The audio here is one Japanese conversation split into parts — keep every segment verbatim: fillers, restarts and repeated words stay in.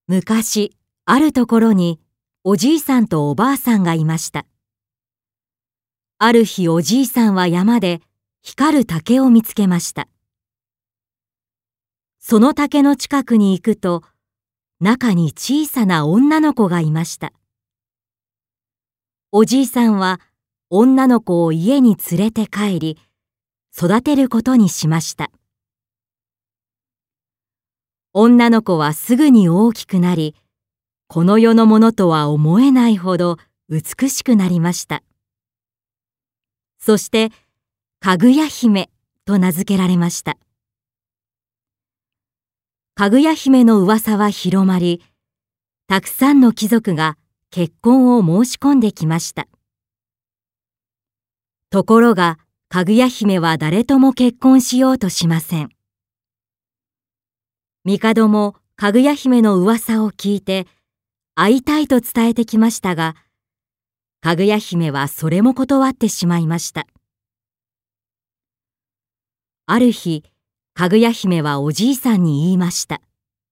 昔、あるところにおじいさんとおばあさんがいました。ある日、おじいさんは山で光る竹を見つけました。その竹の近くに行くと、中に小さな女の子がいました。おじいさんは女の子を家に連れて帰り、育てることにしました。女の子はすぐに大きくなり、この世のものとは思えないほど美しくなりました。そして、かぐや姫と名付けられました。かぐや姫の噂は広まり、たくさんの貴族が結婚を申し込んできました。ところが、かぐや姫は誰とも結婚しようとしません。帝もかぐや姫の噂を聞いて、会いたいと伝えてきましたが、かぐや姫はそれも断ってしまいました。ある日、かぐや姫はおじいさんに言いました。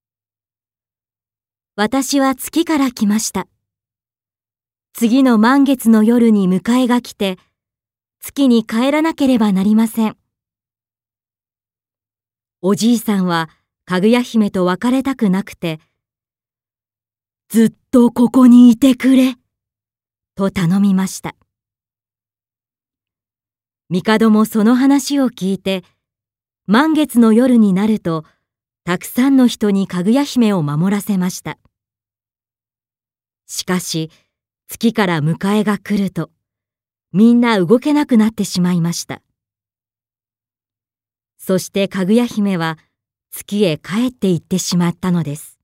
私は月から来ました。次の満月の夜に迎えが来て、月に帰らなければなりません。おじいさんはかぐや姫と別れたくなくて、ずっとここにいてくれ、と頼みました。帝もその話を聞いて、満月の夜になると、たくさんの人にかぐや姫を守らせました。しかし、月から迎えが来ると、みんな動けなくなってしまいました。そしてかぐや姫は月へ帰って行ってしまったのです。